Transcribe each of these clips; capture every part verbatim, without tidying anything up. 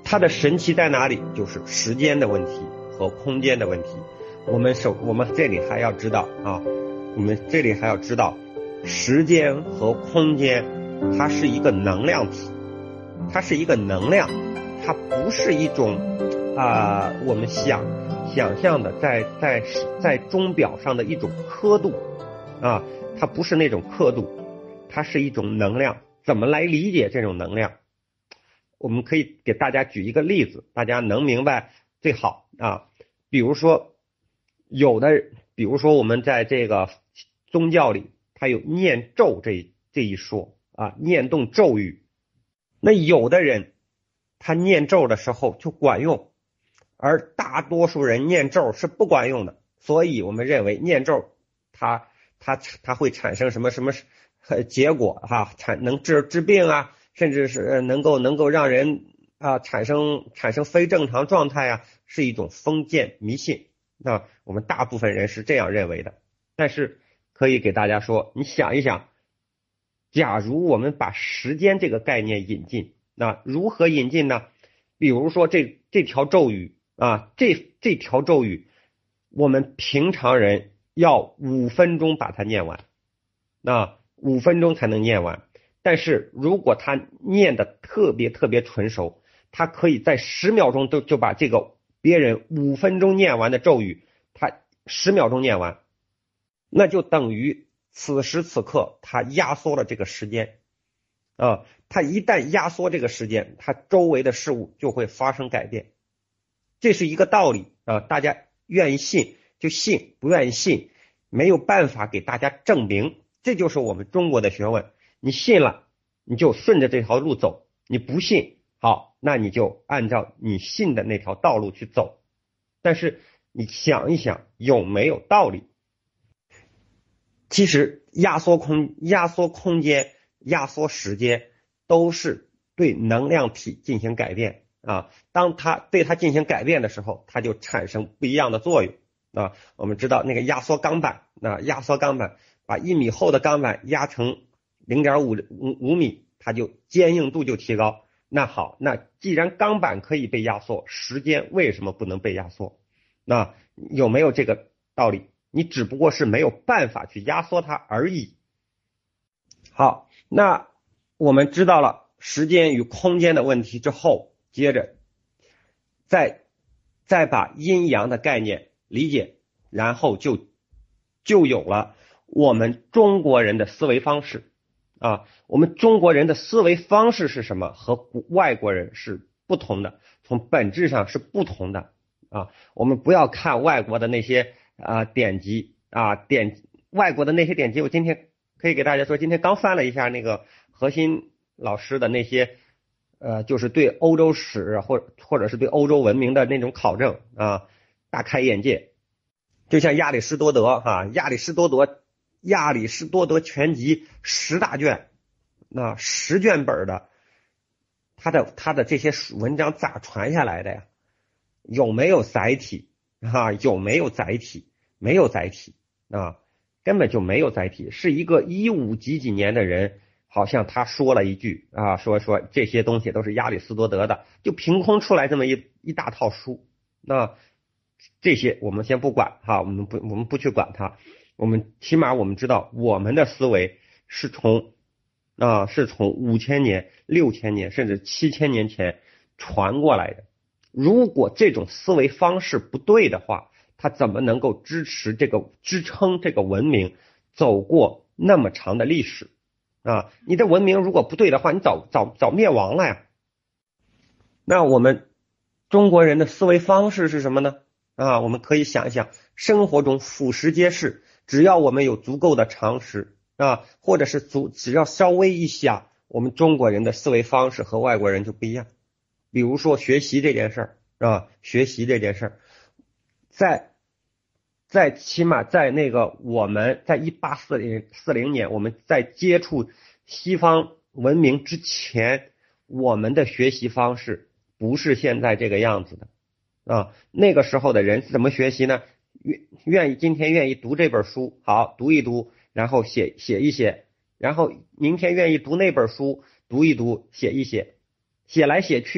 它的神奇在哪里？就是时间的问题和空间的问题。我们首我们这里还要知道啊，我们这里还要知道，时间和空间它是一个能量体，它是一个能量，它不是一种啊、呃、我们想想象的在在在钟表上的一种刻度啊，它不是那种刻度，它是一种能量。怎么来理解这种能量？我们可以给大家举一个例子，大家能明白最好啊。比如说有的，比如说我们在这个宗教里，它有念咒这这一说啊，念动咒语。那有的人他念咒的时候就管用，而大多数人念咒是不管用的。所以我们认为念咒它它它会产生什么什么结果哈、啊，产能治治病啊，甚至是能够能够让人啊产生产生非正常状态啊，是一种封建迷信。那我们大部分人是这样认为的。但是可以给大家说，你想一想，假如我们把时间这个概念引进，那如何引进呢？比如说这这条咒语啊，这这条咒语，我们平常人要五分钟把它念完，那五分钟才能念完。但是如果他念的特别特别纯熟，他可以在十秒钟都就把这个别人五分钟念完的咒语，他十秒钟念完，那就等于此时此刻他压缩了这个时间啊。他一旦压缩这个时间，他周围的事物就会发生改变。这是一个道理啊，大家愿意信就信，不愿意信没有办法给大家证明。这就是我们中国的学问，你信了你就顺着这条路走，你不信好，那你就按照你信的那条道路去走。但是你想一想，有没有道理？其实压缩空压缩空间压缩时间都是对能量体进行改变啊。当它对它进行改变的时候，它就产生不一样的作用啊。我们知道那个压缩钢板啊，压缩钢板把一米厚的钢板压成 零点五 五米，它就坚硬度就提高。那好，那既然钢板可以被压缩，时间为什么不能被压缩？那有没有这个道理？你只不过是没有办法去压缩它而已。好，那我们知道了时间与空间的问题之后，接着再再把阴阳的概念理解，然后就就有了我们中国人的思维方式啊。我们中国人的思维方式是什么？和外国人是不同的，从本质上是不同的啊。我们不要看外国的那些啊典籍啊典外国的那些典籍，我今天可以给大家说，今天刚翻了一下那个核心老师的那些呃，就是对欧洲史或或者是对欧洲文明的那种考证啊，大开眼界。就像亚里士多德哈、啊，亚里士多德亚里士多德全集十大卷，那十卷本的，他的他的这些文章咋传下来的呀？有没有载体啊？有没有载体？没有载体啊，根本就没有载体。是一个一五几几年的人，好像他说了一句啊，说说这些东西都是亚里士多德的，就凭空出来这么一一大套书。那这些我们先不管哈，我们不我们不去管它，我们起码我们知道我们的思维是从啊是从五千年、六千年甚至七千年前传过来的。如果这种思维方式不对的话，它怎么能够支持这个支撑这个文明走过那么长的历史啊？你的文明如果不对的话，你早早早灭亡了呀。那我们中国人的思维方式是什么呢？啊，我们可以想一想，生活中俯拾皆是，只要我们有足够的常识啊，或者是足只要稍微一想，我们中国人的思维方式和外国人就不一样。比如说学习这件事儿啊，学习这件事儿，在在起码在那个我们在一八四零四零年我们在接触西方文明之前，我们的学习方式不是现在这个样子的啊。那个时候的人怎么学习呢？愿愿意今天愿意读这本书，好读一读，然后写写一写，然后明天愿意读那本书，读一读，写一写，写来写去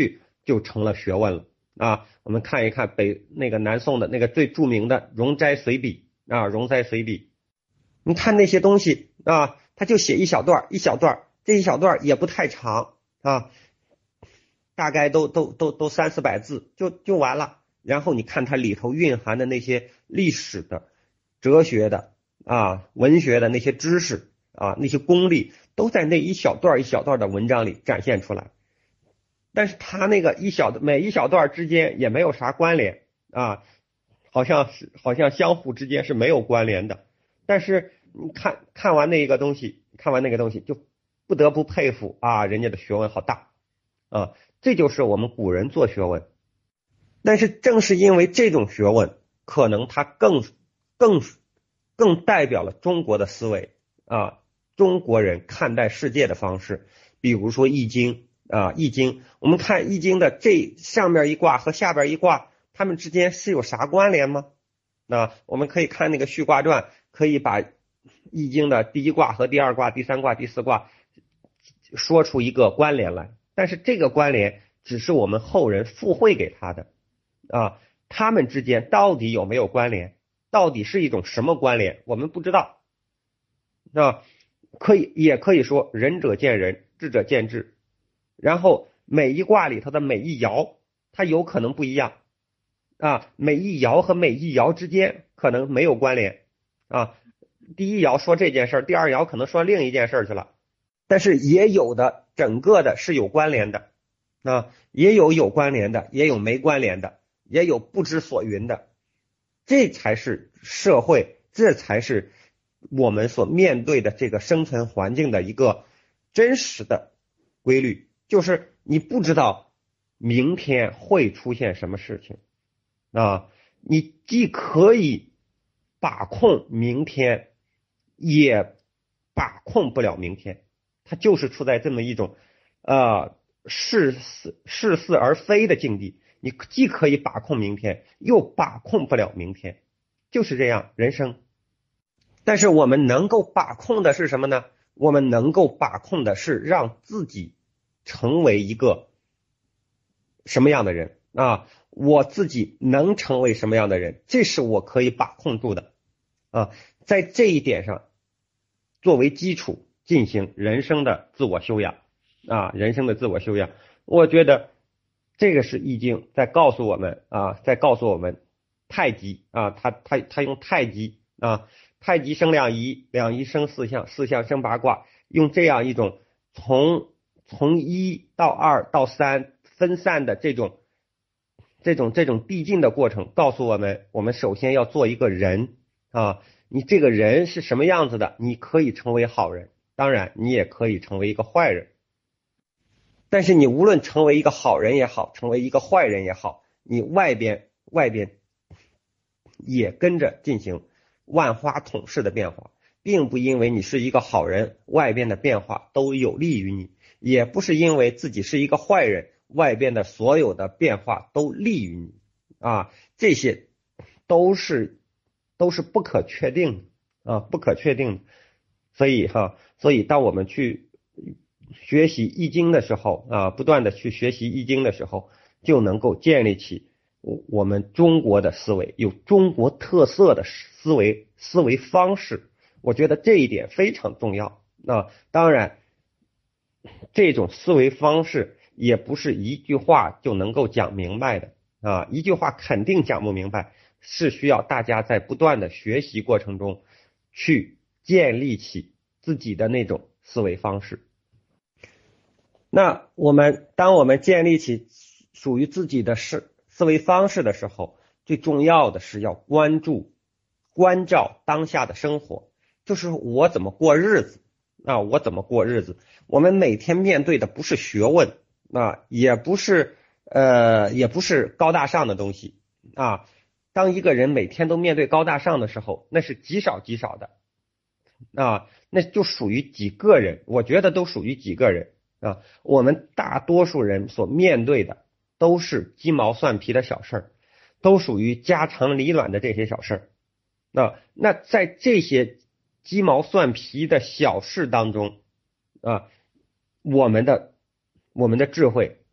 就成了学问了啊。我们看一看北那个南宋的那个最著名的《容斋随笔》啊，《容斋随笔》，你看那些东西啊，他就写一小段一小段，这一小段也不太长啊，大概都都都都三四百字就就完了。然后你看它里头蕴含的那些历史的、哲学的啊、文学的那些知识啊、那些功力，都在那一小段一小段的文章里展现出来。但是它那个一小的每一小段之间也没有啥关联啊，好像是好像相互之间是没有关联的。但是你看看完那个东西，看完那个东西就不得不佩服啊，人家的学问好大啊，这就是我们古人做学问。但是正是因为这种学问，可能它更更更代表了中国的思维啊，中国人看待世界的方式。比如说易经啊，易经，我们看易经的这上面一卦和下边一卦，它们之间是有啥关联吗？那我们可以看那个序卦传，可以把易经的第一卦和第二卦、第三卦、第四卦说出一个关联来，但是这个关联只是我们后人附会给他的啊，他们之间到底有没有关联，到底是一种什么关联，我们不知道啊。可以也可以说仁者见仁，智者见智，然后每一卦里头的每一爻它有可能不一样啊，每一爻和每一爻之间可能没有关联啊，第一爻说这件事儿，第二爻可能说另一件事儿去了，但是也有的整个的是有关联的啊，也有有关联的，也有没关联的，也有不知所云的，这才是社会，这才是我们所面对的这个生存环境的一个真实的规律，就是你不知道明天会出现什么事情啊，你既可以把控明天，也把控不了明天，它就是处在这么一种呃似似似是而非的境地，你既可以把控明天，又把控不了明天，就是这样人生。但是我们能够把控的是什么呢？我们能够把控的是让自己成为一个什么样的人啊？我自己能成为什么样的人，这是我可以把控住的啊。在这一点上，作为基础进行人生的自我修养啊，人生的自我修养，我觉得这个是易经在告诉我们啊，在告诉我们太极啊，他他他用太极啊。太极生两仪，两仪生四象，四象生八卦，用这样一种从从一到二到三分散的这种这种这种递进的过程，告诉我们，我们首先要做一个人啊，你这个人是什么样子的，你可以成为好人，当然你也可以成为一个坏人，但是你无论成为一个好人也好，成为一个坏人也好，你外边外边也跟着进行万花筒式的变化，并不因为你是一个好人，外边的变化都有利于你，也不是因为自己是一个坏人，外边的所有的变化都利于你啊，这些都是都是不可确定的啊，不可确定的。所以哈，所以当我们去学习易经的时候啊，不断的去学习易经的时候，就能够建立起我们中国的思维，有中国特色的思维思维方式，我觉得这一点非常重要啊。当然，这种思维方式也不是一句话就能够讲明白的啊，一句话肯定讲不明白，是需要大家在不断的学习过程中去建立起自己的那种思维方式。那我们当我们建立起属于自己的思思维方式的时候，最重要的是要关注关照当下的生活，就是我怎么过日子啊，我怎么过日子。我们每天面对的不是学问啊，也不是呃也不是高大上的东西啊。当一个人每天都面对高大上的时候，那是极少极少的啊，那就属于几个人，我觉得都属于几个人啊。我们大多数人所面对的都是鸡毛蒜皮的小事儿，都属于家长里短的这些小事儿。那那在这些鸡毛蒜皮的小事当中啊，我们的我们的智慧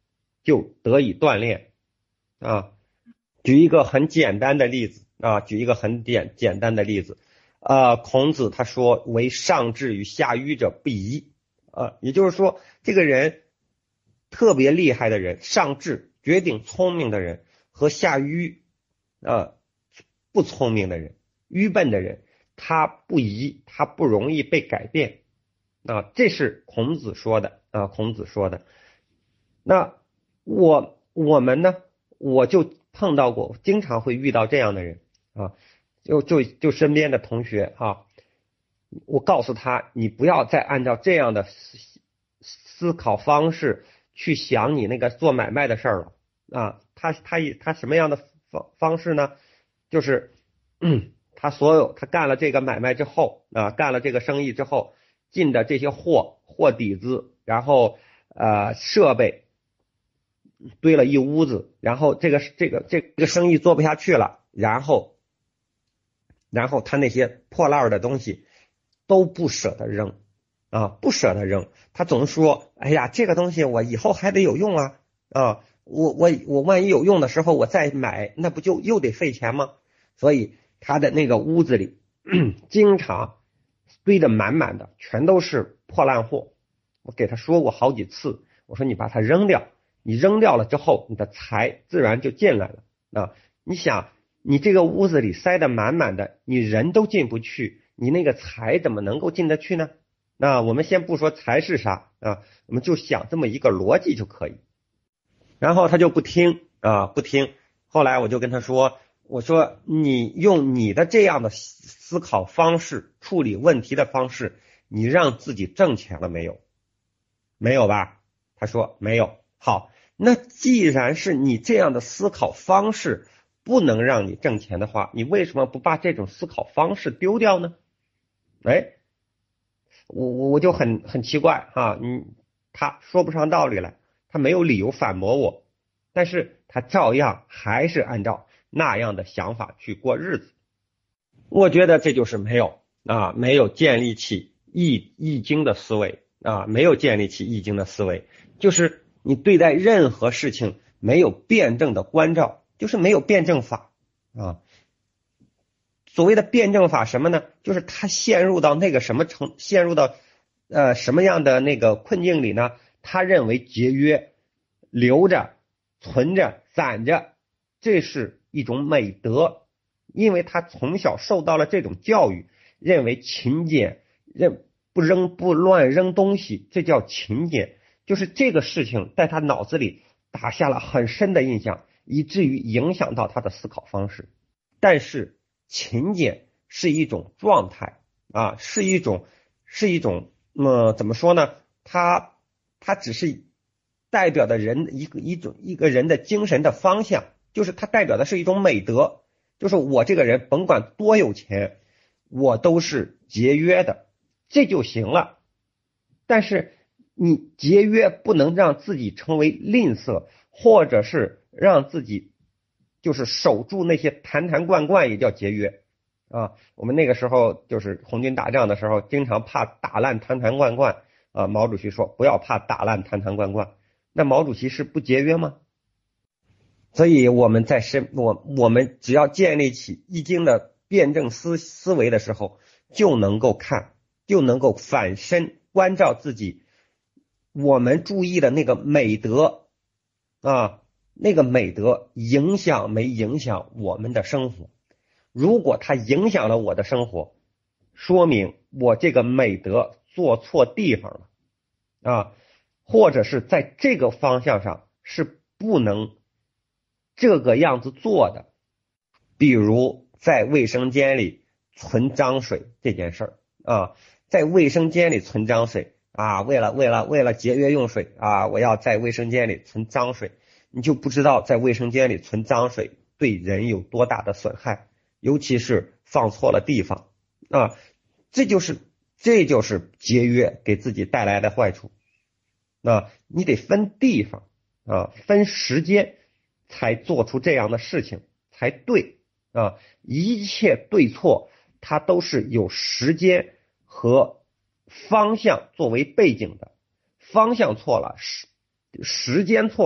就得以锻炼啊。举一个很简单的例子啊，举一个很简简单的例子，呃，孔子他说为上智与下愚者不移，啊，也就是说这个人特别厉害的人，上智绝顶聪明的人和下愚啊不聪明的人，愚笨的人，他不移，他不容易被改变啊，这是孔子说的啊，孔子说的。那我我们呢，我就碰到过，经常会遇到这样的人啊，就就就身边的同学啊，我告诉他，你不要再按照这样的思思考方式去想你那个做买卖的事儿了啊。他他他什么样的方方式呢？就是，嗯，他所有他干了这个买卖之后啊，干了这个生意之后进的这些货货底子，然后呃设备堆了一屋子，然后这个这个这个生意做不下去了，然后然后他那些破烂的东西都不舍得扔啊，不舍得扔，他总说，哎呀，这个东西我以后还得有用啊啊，我我我万一有用的时候我再买，那不就又得费钱吗？所以他的那个屋子里经常堆得满满的，全都是破烂货。我给他说过好几次，我说你把它扔掉，你扔掉了之后，你的财自然就进来了啊。你想，你这个屋子里塞得满满的，你人都进不去，你那个财怎么能够进得去呢？那我们先不说财是啥啊，我们就想这么一个逻辑就可以。然后他就不听啊，不听。后来我就跟他说，我说你用你的这样的思考方式处理问题的方式，你让自己挣钱了没有？没有吧？他说没有。好，那既然是你这样的思考方式不能让你挣钱的话，你为什么不把这种思考方式丢掉呢？哎，我我我就很很奇怪哈，嗯，他说不上道理来，他没有理由反驳我，但是他照样还是按照那样的想法去过日子。我觉得这就是没有啊，没有建立起易易经的思维啊，没有建立起易经的思维，就是你对待任何事情没有辩证的关照，就是没有辩证法啊。所谓的辩证法什么呢？就是他陷入到那个什么程，陷入到呃什么样的那个困境里呢？他认为节约、留着、存着、攒着，这是一种美德，因为他从小受到了这种教育，认为勤俭，认不扔不乱扔东西，这叫勤俭，就是这个事情在他脑子里打下了很深的印象，以至于影响到他的思考方式。但是勤俭是一种状态啊，是一种是一种呃怎么说呢？它它只是代表的人一个一种一个人的精神的方向，就是它代表的是一种美德，就是我这个人甭管多有钱，我都是节约的，这就行了。但是你节约不能让自己成为吝啬，或者是让自己就是守住那些坛坛罐罐，也叫节约啊。我们那个时候就是红军打仗的时候，经常怕打烂坛坛罐罐啊。毛主席说不要怕打烂坛坛罐罐，那毛主席是不节约吗？所以我们在身我我们只要建立起易经的辩证思思维的时候，就能够看，就能够反身关照自己，我们注意的那个美德啊，那个美德影响没影响我们的生活？如果它影响了我的生活，说明我这个美德做错地方了啊，或者是在这个方向上是不能这个样子做的。比如在卫生间里存脏水这件事儿啊，在卫生间里存脏水啊，为了为了为了节约用水啊，我要在卫生间里存脏水，你就不知道在卫生间里存脏水对人有多大的损害，尤其是放错了地方啊，这就是这就是节约给自己带来的坏处啊。你得分地方啊，分时间才做出这样的事情才对啊。一切对错它都是有时间和方向作为背景的，方向错了，时时间错了，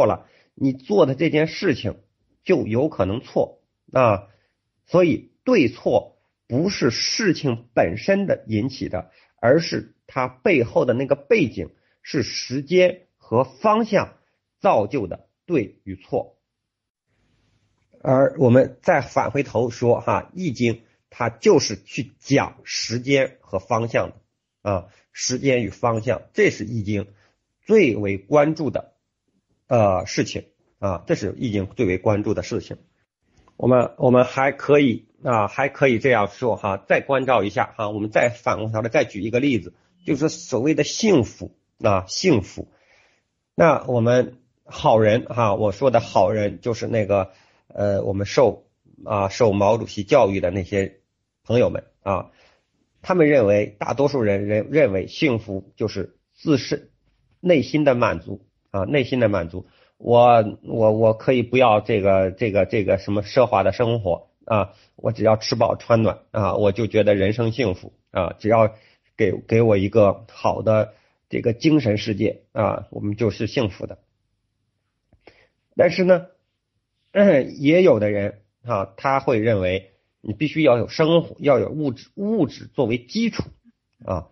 你做的这件事情就有可能错啊。所以对错不是事情本身的引起的，而是它背后的那个背景，是时间和方向造就的对与错。而我们再返回头说哈，易经它就是去讲时间和方向的啊，时间与方向，这是易经最为关注的呃事情啊，这是易经最为关注的事情。我们我们还可以啊，还可以这样说哈，再关照一下哈，我们再反过头来再举一个例子，就是所谓的幸福啊，幸福。那我们好人哈，我说的好人就是那个呃，我们受啊受毛主席教育的那些朋友们啊，他们认为大多数人认认为幸福就是自身内心的满足啊，内心的满足。我我我可以不要这个这个这个什么奢华的生活啊，我只要吃饱穿暖啊，我就觉得人生幸福啊，只要给给我一个好的这个精神世界啊，我们就是幸福的。但是呢，嗯，也有的人啊，他会认为你必须要有生活，要有物质物质作为基础啊。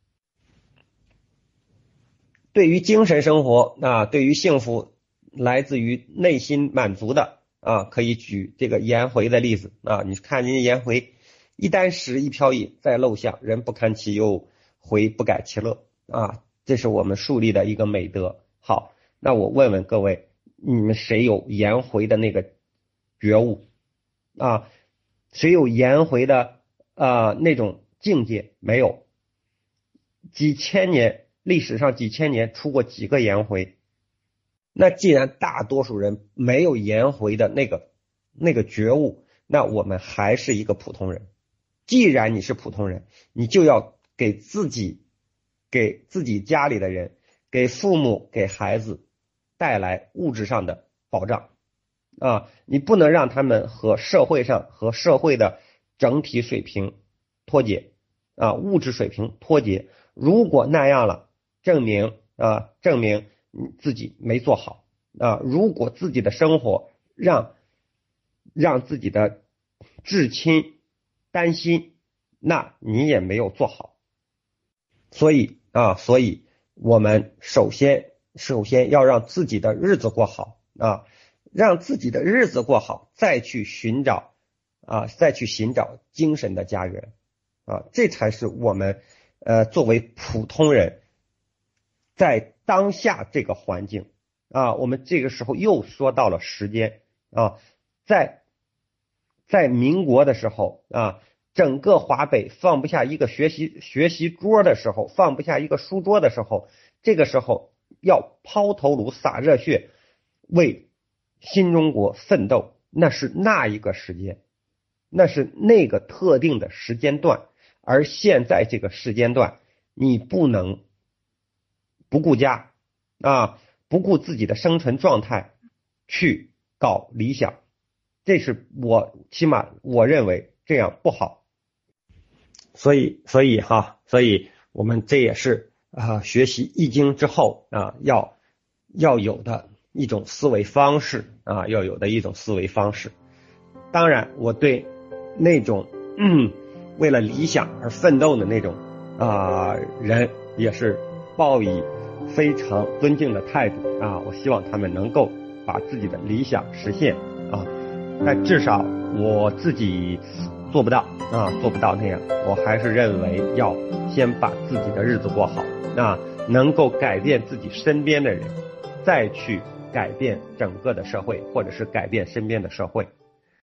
对于精神生活啊，对于幸福来自于内心满足的啊，可以举这个颜回的例子啊。你看人家颜回，一箪食一瓢饮在陋巷，人不堪其忧，回不改其乐啊。这是我们树立的一个美德。好，那我问问各位，你们谁有颜回的那个觉悟啊？谁有颜回的啊那种境界？没有。几千年历史上几千年出过几个颜回？那既然大多数人没有颜回的那个那个觉悟，那我们还是一个普通人。既然你是普通人，你就要给自己给自己家里的人，给父母给孩子带来物质上的保障啊，你不能让他们和社会上和社会的整体水平脱节啊，物质水平脱节。如果那样了，证明啊，证明你自己没做好啊。如果自己的生活让让自己的至亲担心，那你也没有做好。所以啊，所以我们首先首先要让自己的日子过好啊，让自己的日子过好，再去寻找啊，再去寻找精神的家园啊，这才是我们呃作为普通人在当下这个环境啊，我们这个时候又说到了时间啊，在在民国的时候啊，整个华北放不下一个学习学习桌的时候，放不下一个书桌的时候，这个时候要抛头颅洒热血为新中国奋斗，那是那一个时间，那是那个特定的时间段。而现在这个时间段，你不能不顾家啊，不顾自己的生存状态去搞理想，这是我起码我认为这样不好。所以所以哈，所以我们这也是啊学习易经之后啊要要有的一种思维方式啊，要有的一种思维方式。当然，我对那种嗯为了理想而奋斗的那种啊人也是抱以非常尊敬的态度啊，我希望他们能够把自己的理想实现啊，但至少我自己做不到啊，做不到那样，我还是认为要先把自己的日子过好啊，能够改变自己身边的人，再去改变整个的社会，或者是改变身边的社会。